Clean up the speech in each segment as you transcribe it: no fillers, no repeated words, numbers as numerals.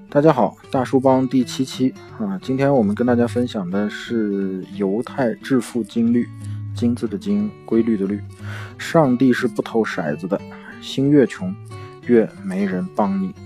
大家好，大叔帮第7期今天我们跟大家分享的是犹太致富经律，金字的金，规律的律。上帝是不投骰子的，心越穷越没人帮你。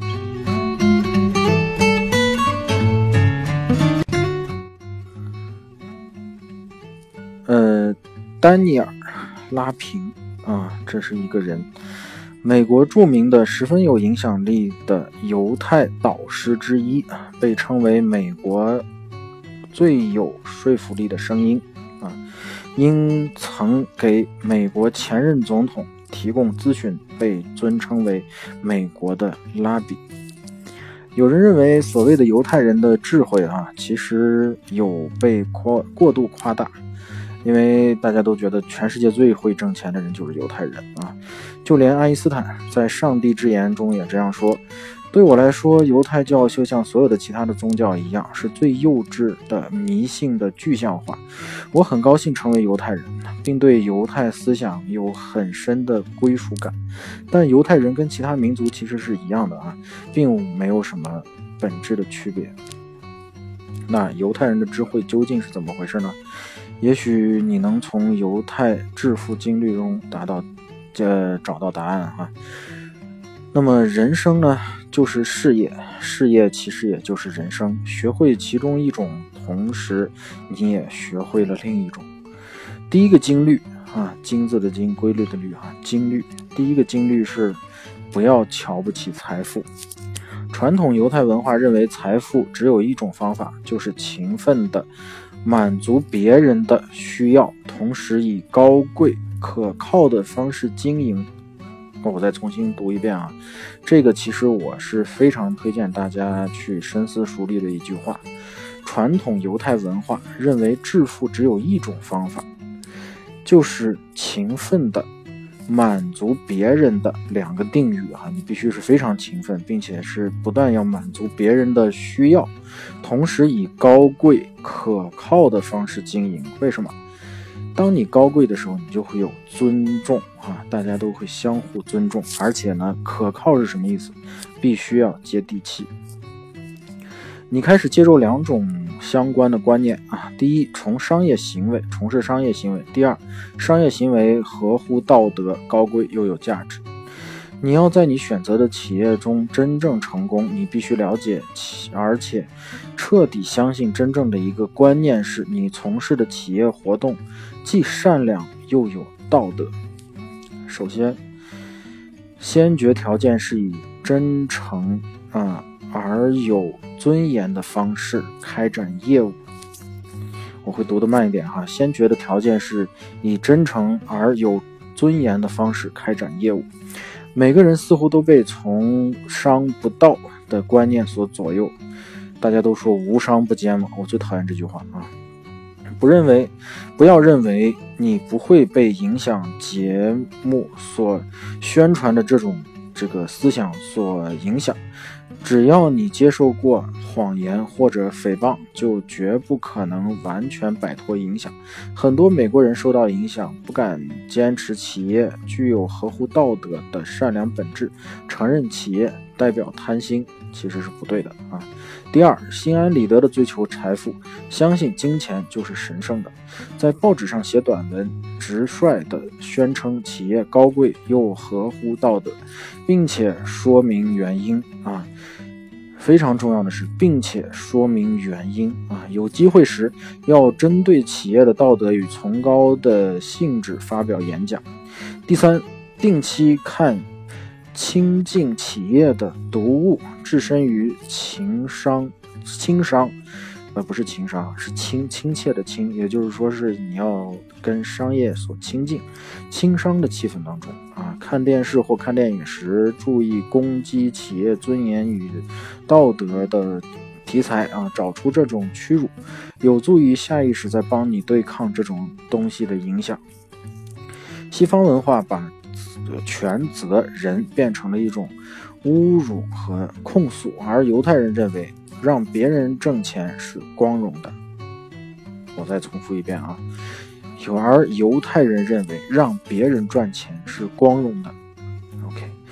丹尼尔·拉平这是一个人，美国著名的十分有影响力的犹太导师之一，被称为美国最有说服力的声音因曾给美国前任总统提供咨询，被尊称为美国的拉比。有人认为所谓的犹太人的智慧其实有被过度夸大，因为大家都觉得全世界最会挣钱的人就是犹太人就连爱因斯坦在《上帝之言》中也这样说，对我来说，犹太教就像所有的其他的宗教一样，是最幼稚的迷信的具象化。我很高兴成为犹太人，并对犹太思想有很深的归属感，但犹太人跟其他民族其实是一样的并没有什么本质的区别。那犹太人的智慧究竟是怎么回事呢？也许你能从犹太致富经律中找到答案那么人生呢，就是事业，事业其实也就是人生，学会其中一种，同时你也学会了另一种。第一个经律金字的金，规律的律经律。第一个经律是不要瞧不起财富。传统犹太文化认为财富只有一种方法，就是勤奋的满足别人的需要，同时以高贵可靠的方式经营。我再重新读一遍这个其实我是非常推荐大家去深思熟虑的一句话。传统犹太文化认为致富只有一种方法，就是勤奋的满足别人的两个定语你必须是非常勤奋，并且是不断要满足别人的需要，同时以高贵可靠的方式经营。为什么？当你高贵的时候，你就会有尊重大家都会相互尊重，而且呢，可靠是什么意思？必须要接地气。你开始接受两种相关的观念第一，从事商业行为；第二，商业行为合乎道德，高贵又有价值。你要在你选择的企业中真正成功，你必须了解而且彻底相信真正的一个观念，是你从事的企业活动既善良又有道德。首先，先决条件是以真诚而有尊严的方式开展业务。我会读得慢一点先决的条件是以真诚而有尊严的方式开展业务。每个人似乎都被从商不道的观念所左右，大家都说无商不奸嘛，我最讨厌这句话不要认为你不会被影响节目所宣传的这个思想所影响，只要你接受过谎言或者诽谤，就绝不可能完全摆脱影响。很多美国人受到影响，不敢坚持企业具有合乎道德的善良本质，承认企业代表贪心，其实是不对的第二，心安理得的追求财富，相信金钱就是神圣的，在报纸上写短文，直率地宣称企业高贵又合乎道德，并且说明原因非常重要的是，并且说明原因有机会时要针对企业的道德与崇高的性质发表演讲。第三，定期看亲近企业的读物，置身于轻商不是情商，是亲切的亲，也就是说是你要跟商业所亲近，轻商的气氛当中看电视或看电影时，注意攻击企业尊严与道德的题材找出这种屈辱，有助于下意识在帮你对抗这种东西的影响。西方文化把权责人变成了一种侮辱和控诉，而犹太人认为让别人挣钱是光荣的。我再重复一遍犹太人认为让别人赚钱是光荣的。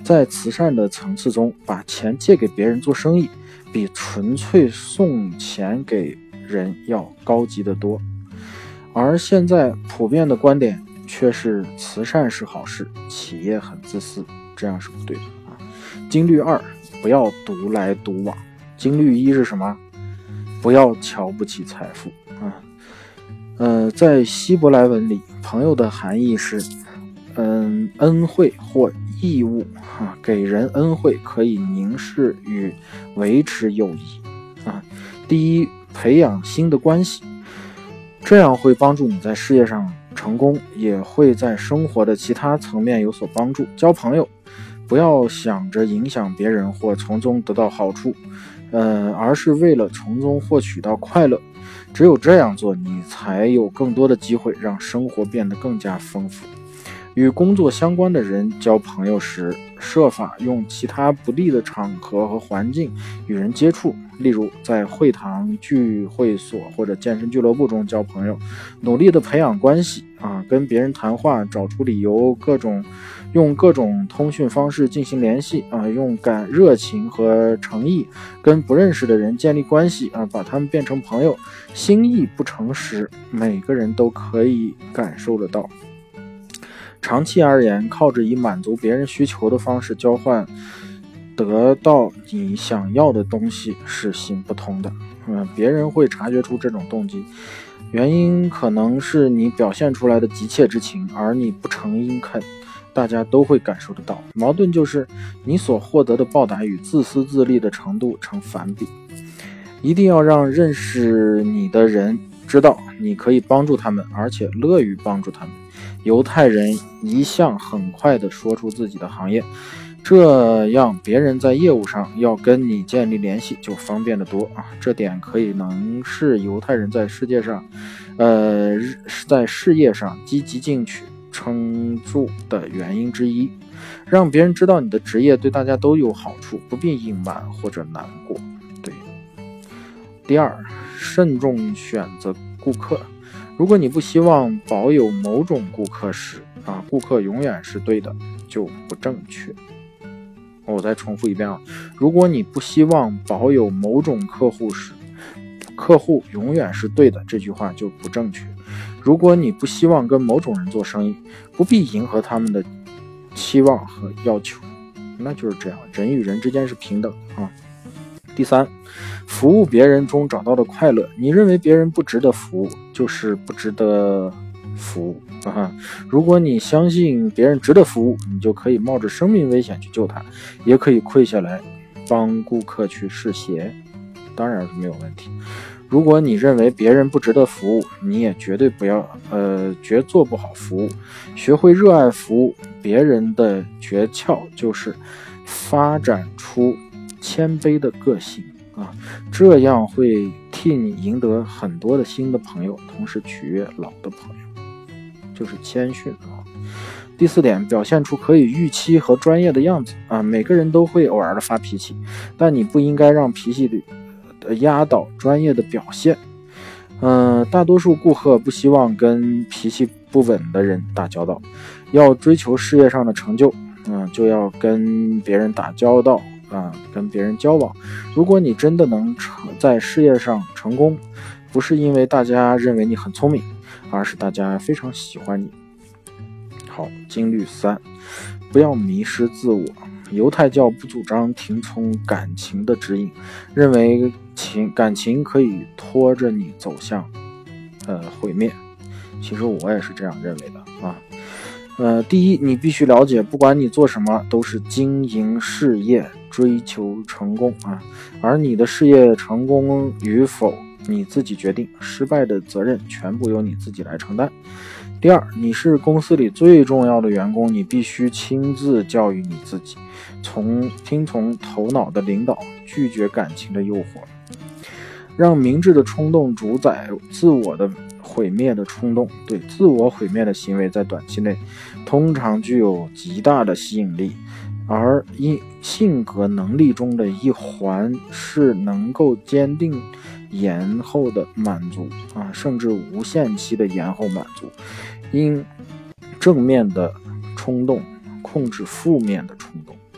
在慈善的层次中，把钱借给别人做生意，比纯粹送钱给人要高级得多。而现在普遍的观点却是慈善是好事，企业很自私，这样是不对的啊。金律2，不要独来独往。金律1是什么？不要瞧不起财富啊。在希伯来文里，朋友的含义是恩惠或义务啊，给人恩惠可以凝视与维持友谊啊。第一，培养新的关系，这样会帮助你在事业上成功，也会在生活的其他层面有所帮助。交朋友，不要想着影响别人或从中得到好处，而是为了从中获取到快乐。只有这样做，你才有更多的机会让生活变得更加丰富。与工作相关的人交朋友时，设法用其他不利的场合和环境与人接触，例如在会堂、聚会所或者健身俱乐部中交朋友，努力的培养关系啊，跟别人谈话，找出理由，用各种通讯方式进行联系啊，用热情和诚意跟不认识的人建立关系啊，把他们变成朋友。心意不诚实，每个人都可以感受得到。长期而言，靠着以满足别人需求的方式交换得到你想要的东西是行不通的。别人会察觉出这种动机，原因可能是你表现出来的急切之情，而你不诚殷恳，大家都会感受得到。矛盾就是你所获得的报答与自私自利的程度成反比。一定要让认识你的人知道你可以帮助他们，而且乐于帮助他们。犹太人一向很快地说出自己的行业，这样别人在业务上要跟你建立联系就方便得多啊。这点可能是犹太人在世界上在事业上积极进取撑住的原因之一。让别人知道你的职业对大家都有好处，不必隐瞒或者难过。对。第二，慎重选择顾客。如果你不希望保有某种顾客时顾客永远是对的，就不正确。我再重复一遍如果你不希望保有某种客户时，客户永远是对的，这句话就不正确。如果你不希望跟某种人做生意，不必迎合他们的期望和要求，那就是这样，人与人之间是平等的第三，服务别人中找到的快乐。你认为别人不值得服务，就是不值得服务如果你相信别人值得服务，你就可以冒着生命危险去救他，也可以跪下来帮顾客去试鞋，当然是没有问题。如果你认为别人不值得服务，你也绝对不要绝做不好服务。学会热爱服务别人的诀窍就是发展出谦卑的个性这样会替你赢得很多的新的朋友，同时取悦老的朋友，就是谦逊第四点，表现出可以预期和专业的样子每个人都会偶尔的发脾气，但你不应该让脾气压倒专业的表现。大多数顾客不希望跟脾气不稳的人打交道，要追求事业上的成就就要跟别人打交道跟别人交往。如果你真的能在事业上成功，不是因为大家认为你很聪明，而是大家非常喜欢你。好，金律3，不要迷失自我。犹太教不主张听从感情的指引，认为感情可以拖着你走向毁灭。其实我也是这样认为的第一，你必须了解，不管你做什么都是经营事业，追求成功而你的事业成功与否你自己决定，失败的责任全部由你自己来承担。第二，你是公司里最重要的员工，你必须亲自教育你自己，听从头脑的领导，拒绝感情的诱惑，让明智的冲动主宰自我的毁灭的冲动。对，自我毁灭的行为在短期内通常具有极大的吸引力，而性格能力中的一环是能够坚定延后的满足甚至无限期的延后满足。因正面的冲动控制负面的冲动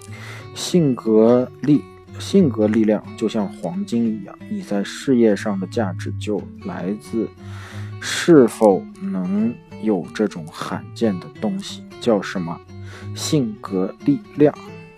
性格力量就像黄金一样，你在事业上的价值就来自是否能有这种罕见的东西，叫什么？性格力量。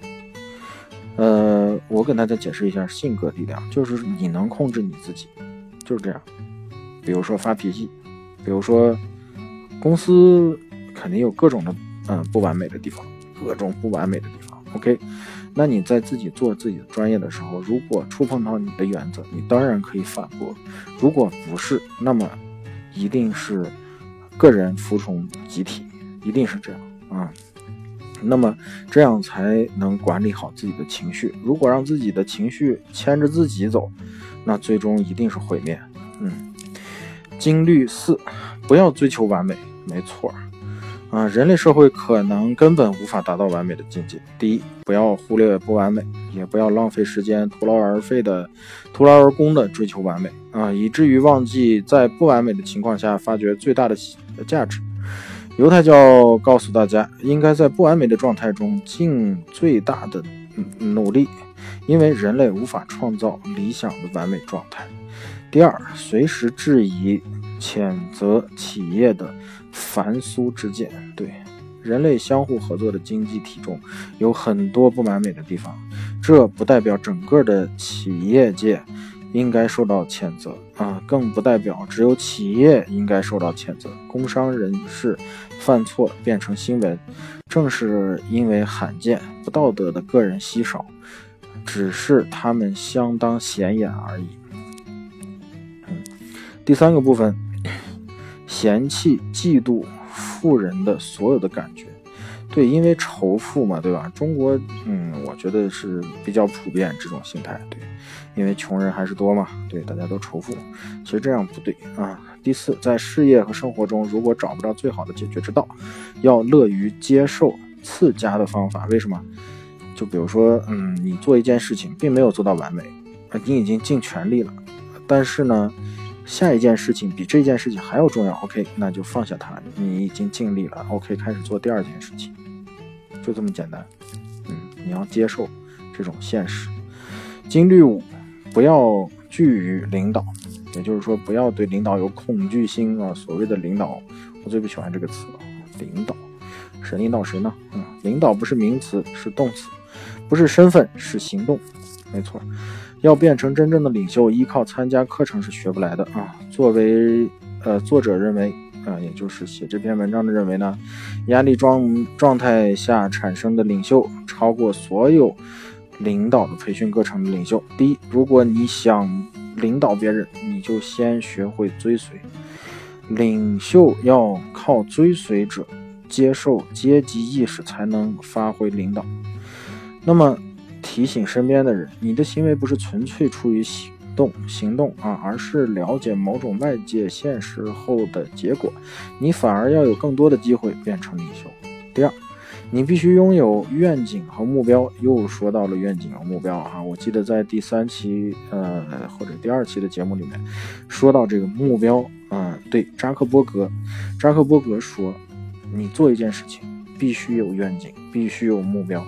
我跟大家解释一下性格力量，就是你能控制你自己，就是这样。比如说发脾气，比如说公司肯定有各种的不完美的地方，各种不完美的地方 OK， 那你在自己做自己的专业的时候，如果触碰到你的原则，你当然可以反驳，如果不是，那么一定是个人服从集体，一定是这样那么这样才能管理好自己的情绪，如果让自己的情绪牵着自己走，那最终一定是毁灭。金律4，不要追求完美。没错人类社会可能根本无法达到完美的境界。第一，不要忽略不完美，也不要浪费时间徒劳而功的追求完美以至于忘记在不完美的情况下发掘最大的价值。犹太教告诉大家，应该在不完美的状态中尽最大的努力，因为人类无法创造理想的完美状态。第二，随时质疑谴责企业的凡俗之见。对，人类相互合作的经济体中有很多不完美的地方，这不代表整个的企业界应该受到谴责更不代表只有企业应该受到谴责。工商人士犯错变成新闻，正是因为罕见不道德的个人稀少，只是他们相当显眼而已。第三个部分，嫌弃嫉妒富人的所有的感觉。对，因为仇富嘛，对吧？中国我觉得是比较普遍这种心态。对，因为穷人还是多嘛，对，大家都仇富，其实这样不对第四，在事业和生活中如果找不到最好的解决之道，要乐于接受次佳的方法。为什么？就比如说你做一件事情并没有做到完美你已经尽全力了，但是呢下一件事情比这件事情还要重要 OK， 那就放下它，你已经尽力了 OK， 开始做第二件事情，就这么简单你要接受这种现实。金律5，不要惧于领导，也就是说不要对领导有恐惧心所谓的领导，我最不喜欢这个词了，领导谁领导谁呢领导不是名词，是动词，不是身份，是行动。没错，要变成真正的领袖，依靠参加课程是学不来的作为作者认为也就是写这篇文章的认为呢，压力状态下产生的领袖超过所有领导的培训课程的领袖。第一，如果你想领导别人，你就先学会追随。领袖要靠追随者接受阶级意识才能发挥领导。那么提醒身边的人，你的行为不是纯粹出于行动而是了解某种外界现实后的结果，你反而要有更多的机会变成领袖。第二，你必须拥有愿景和目标。又说到了愿景和目标我记得在第3期或者第2期的节目里面说到这个目标对，扎克伯格说，你做一件事情必须有愿景，必须有目标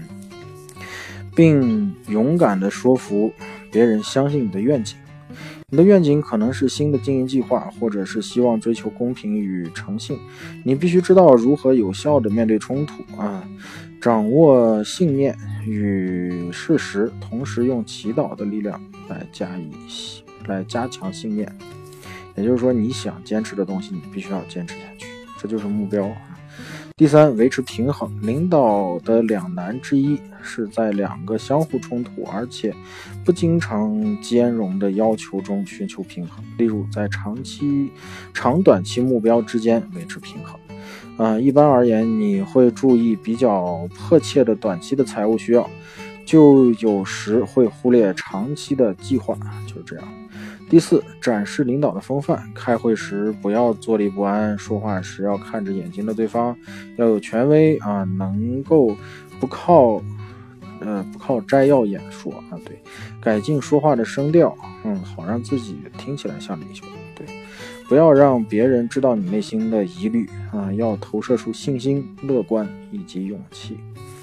并勇敢地说服别人相信你的愿景。你的愿景可能是新的经营计划，或者是希望追求公平与诚信。你必须知道如何有效地面对冲突掌握信念与事实，同时用祈祷的力量来加强信念。也就是说，你想坚持的东西，你必须要坚持下去，这就是目标第三，维持平衡。领导的两难之一是在两个相互冲突而且不经常兼容的要求中寻求平衡。例如，在长短期目标之间维持平衡。一般而言，你会注意比较迫切的短期的财务需要，就有时会忽略长期的计划，就是这样。第四，展示领导的风范。开会时不要坐立不安，说话时要看着眼睛的对方，要有权威能够不靠摘要演说对，改进说话的声调好让自己听起来像领袖。对，不要让别人知道你内心的疑虑要投射出信心、乐观以及勇气。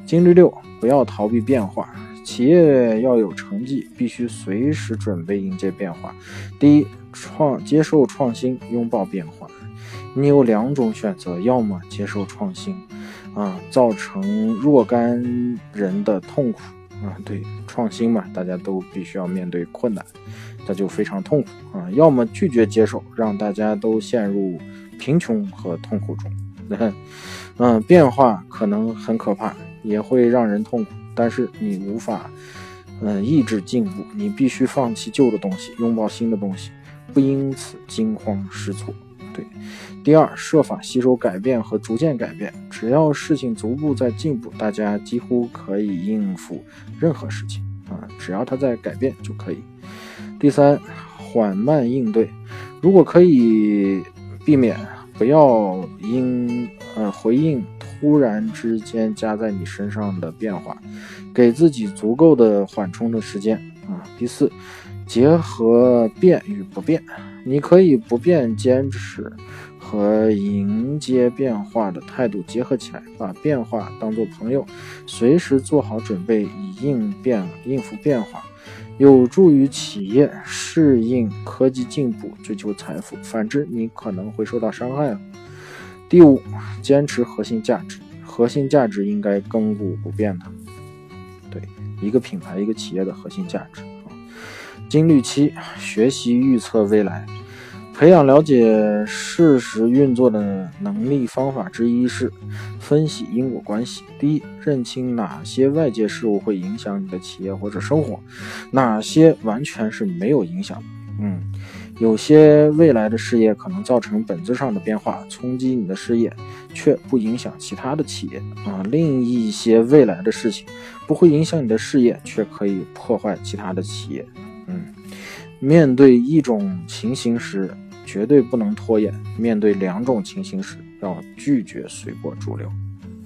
金律6，不要逃避变化。企业要有成绩，必须随时准备迎接变化。第一，接受创新，拥抱变化。你有2种选择，要么接受创新，造成若干人的痛苦对，创新嘛，大家都必须要面对困难，那就非常痛苦要么拒绝接受，让大家都陷入贫穷和痛苦中。变化可能很可怕，也会让人痛苦，但是你无法抑制进步，你必须放弃旧的东西，拥抱新的东西，不因此惊慌失措。对，第二，设法吸收改变和逐渐改变。只要事情逐步在进步，大家几乎可以应付任何事情只要它在改变就可以。第三，缓慢应对。如果可以避免，不要回应突然之间加在你身上的变化，给自己足够的缓冲的时间第四，结合变与不变。你可以不变坚持和迎接变化的态度结合起来，把变化当作朋友，随时做好准备以应付变化，有助于企业适应科技进步，追求财富。反之，你可能会受到伤害第五，坚持核心价值。核心价值应该亘古不变的。对，一个品牌一个企业的核心价值。金律7，学习预测未来。培养了解事实运作的能力方法之一是分析因果关系。第一，认清哪些外界事物会影响你的企业或者生活，哪些完全是没有影响的。有些未来的事业可能造成本质上的变化，冲击你的事业，却不影响其他的企业另一些未来的事情不会影响你的事业，却可以破坏其他的企业。面对一种情形时，绝对不能拖延；面对2种情形时，要拒绝随波逐流。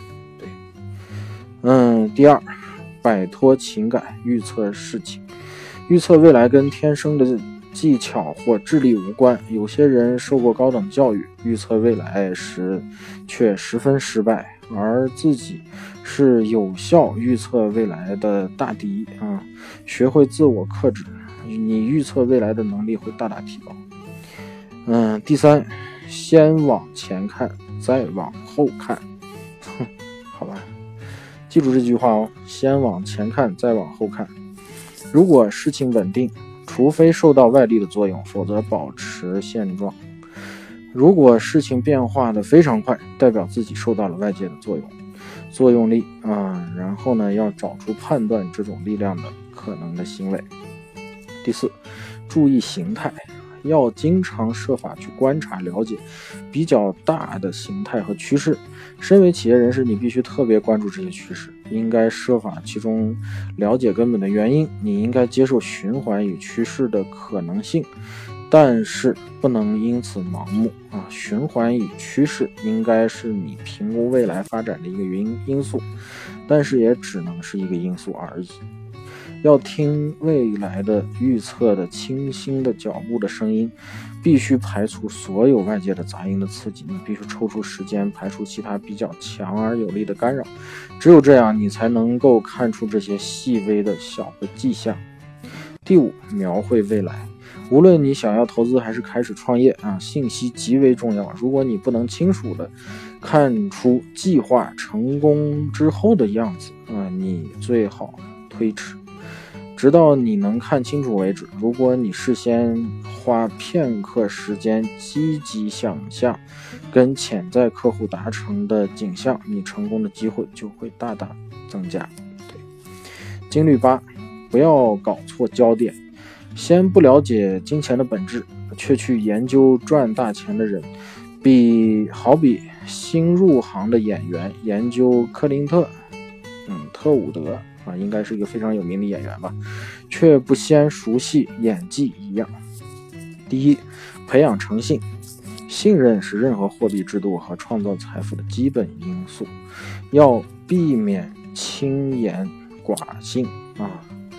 对，第二，摆脱情感，预测事情。预测未来跟天生的技巧或智力无关。有些人受过高等教育，预测未来时却十分失败，而自己是有效预测未来的大敌学会自我克制，你预测未来的能力会大大提高。第三，先往前看，再往后看。好吧，记住这句话先往前看，再往后看。如果事情稳定，除非受到外力的作用，否则保持现状。如果事情变化的非常快，代表自己受到了外界的作用力然后呢，要找出判断这种力量的可能的行为。第四，注意形态。要经常设法去观察了解比较大的形态和趋势。身为企业人士，你必须特别关注这些趋势，应该设法其中了解根本的原因。你应该接受循环与趋势的可能性，但是不能因此盲目循环与趋势应该是你评估未来发展的一个因素，但是也只能是一个因素而已。要听未来的预测的清新的脚步的声音，必须排除所有外界的杂音的刺激，你必须抽出时间排除其他比较强而有力的干扰，只有这样你才能够看出这些细微的小的迹象。第五，描绘未来。无论你想要投资还是开始创业信息极为重要。如果你不能清楚的看出计划成功之后的样子你最好推迟，直到你能看清楚为止。如果你事先花片刻时间积极想象跟潜在客户达成的景象，你成功的机会就会大大增加。对，金律8，不要搞错焦点。先不了解金钱的本质，却去研究赚大钱的人，好比新入行的演员研究克林特特伍德应该是一个非常有名的演员吧，却不先熟悉演技一样。第一，培养诚信。信任是任何货币制度和创造财富的基本因素，要避免轻言寡信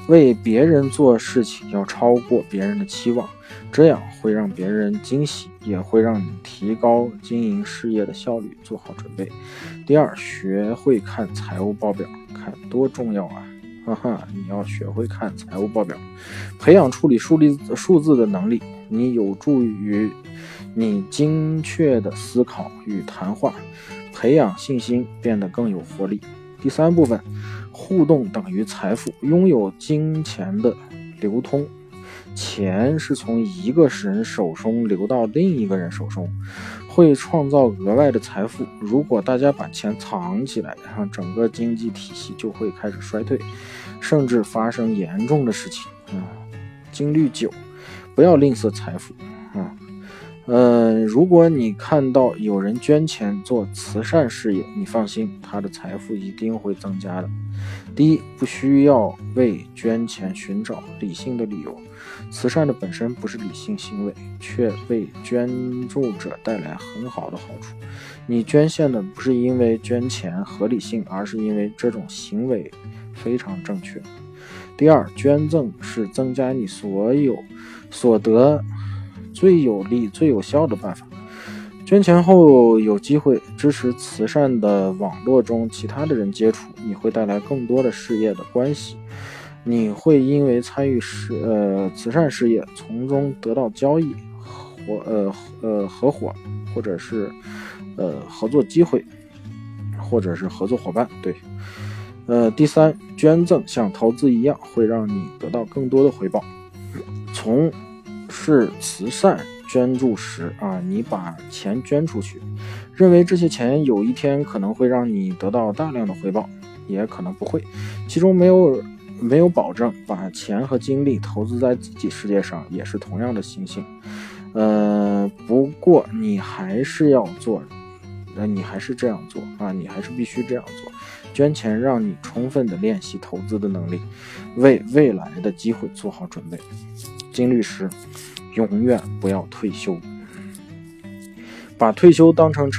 为别人做事情要超过别人的期望，这样会让别人惊喜，也会让你提高经营事业的效率做好准备。第二，学会看财务报表，看多重要啊！你要学会看财务报表，培养处理数字的能力，你有助于你精确的思考与谈话，培养信心，变得更有活力。第三部分，互动等于财富，拥有金钱的流通，钱是从一个人手中流到另一个人手中，会创造额外的财富。如果大家把钱藏起来，整个经济体系就会开始衰退，甚至发生严重的事情。金律9，不要吝啬财富。如果你看到有人捐钱做慈善事业，你放心，他的财富一定会增加的。第一，不需要为捐钱寻找理性的理由，慈善的本身不是理性行为，却为捐助者带来很好的好处。你捐献的不是因为捐钱合理性，而是因为这种行为非常正确。第二，捐赠是增加你所得最有力、最有效的办法。捐钱后有机会支持慈善的网络中其他的人接触，你会带来更多的事业的关系。你会因为参与慈善事业，从中得到交易、合伙，或者是合作机会，或者是合作伙伴。对。第三，捐赠像投资一样，会让你得到更多的回报。从事慈善捐助时你把钱捐出去，认为这些钱有一天可能会让你得到大量的回报，也可能不会，其中没有保证。把钱和精力投资在自己世界上也是同样的情形。不过你还是这样做你还是必须这样做。捐钱让你充分的练习投资的能力，为未来的机会做好准备。金律10，永远不要退休。把退休当成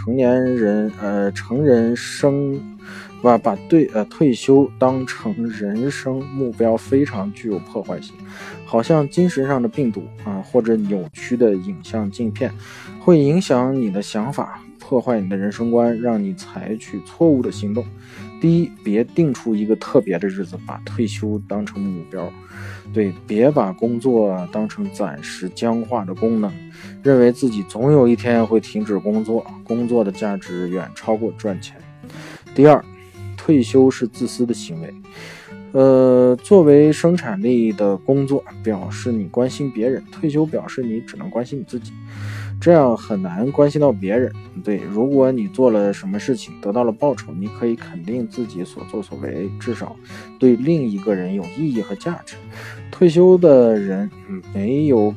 退休当成人生目标非常具有破坏性，好像精神上的病毒或者扭曲的影像镜片，会影响你的想法，破坏你的人生观，让你采取错误的行动。第一，别定出一个特别的日子，把退休当成目标。对，别把工作当成暂时僵化的功能，认为自己总有一天会停止工作，工作的价值远超过赚钱。第二，退休是自私的行为。作为生产力的工作表示你关心别人，退休表示你只能关心你自己，这样很难关心到别人。对，如果你做了什么事情得到了报酬，你可以肯定自己所作所为，至少对另一个人有意义和价值。退休的人没有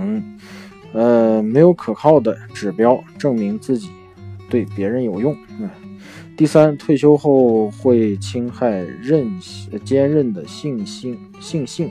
可靠的指标证明自己对别人有用。第三，退休后会侵害坚韧的心性。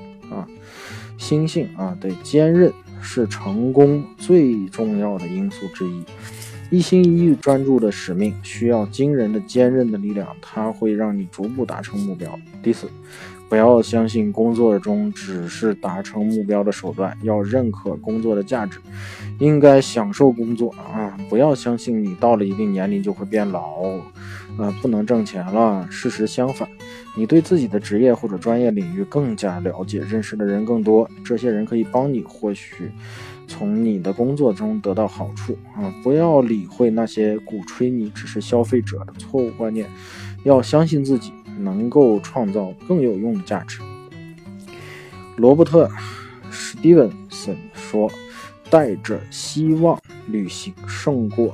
对，坚韧是成功最重要的因素之一。一心一意专注的使命需要惊人的坚韧的力量，它会让你逐步达成目标。第四，不要相信工作中只是达成目标的手段，要认可工作的价值，应该享受工作不要相信你到了一定年龄就会变老不能挣钱了。事实相反，你对自己的职业或者专业领域更加了解，认识的人更多，这些人可以帮你或许从你的工作中得到好处不要理会那些鼓吹你只是消费者的错误观念，要相信自己能够创造更有用的价值。罗伯特·史蒂文森说，带着希望旅行胜过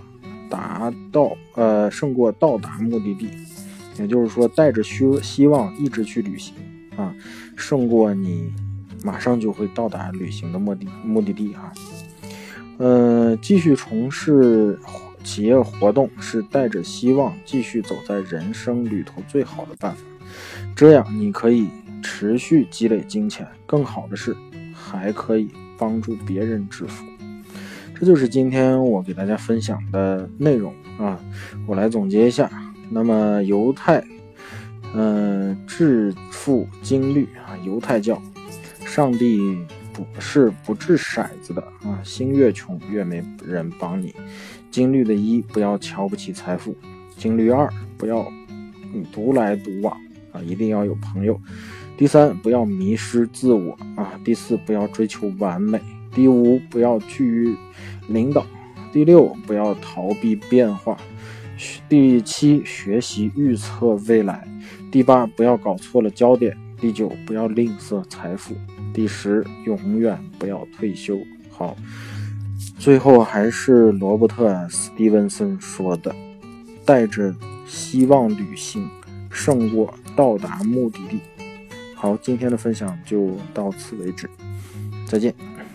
到达目的地，也就是说带着希望一直去旅行胜过你马上就会到达旅行的目的地继续从事企业活动是带着希望继续走在人生旅途最好的办法，这样你可以持续积累金钱，更好的是还可以帮助别人致富。这就是今天我给大家分享的内容我来总结一下。那么犹太致富经律啊，犹太教，上帝不掷骰子的啊，心越穷越没人帮你。经律的1，不要瞧不起财富；经律2，不要独来独往啊，一定要有朋友。第3，不要迷失自我啊。第4，不要追求完美。第5，不要惧于领导。第6，不要逃避变化。第7，学习预测未来。第8，不要搞错了焦点。第9，不要吝啬财富。第10，永远不要退休。好，最后还是罗伯特·斯蒂文森说的，带着希望旅行胜过到达目的地。好，今天的分享就到此为止，再见。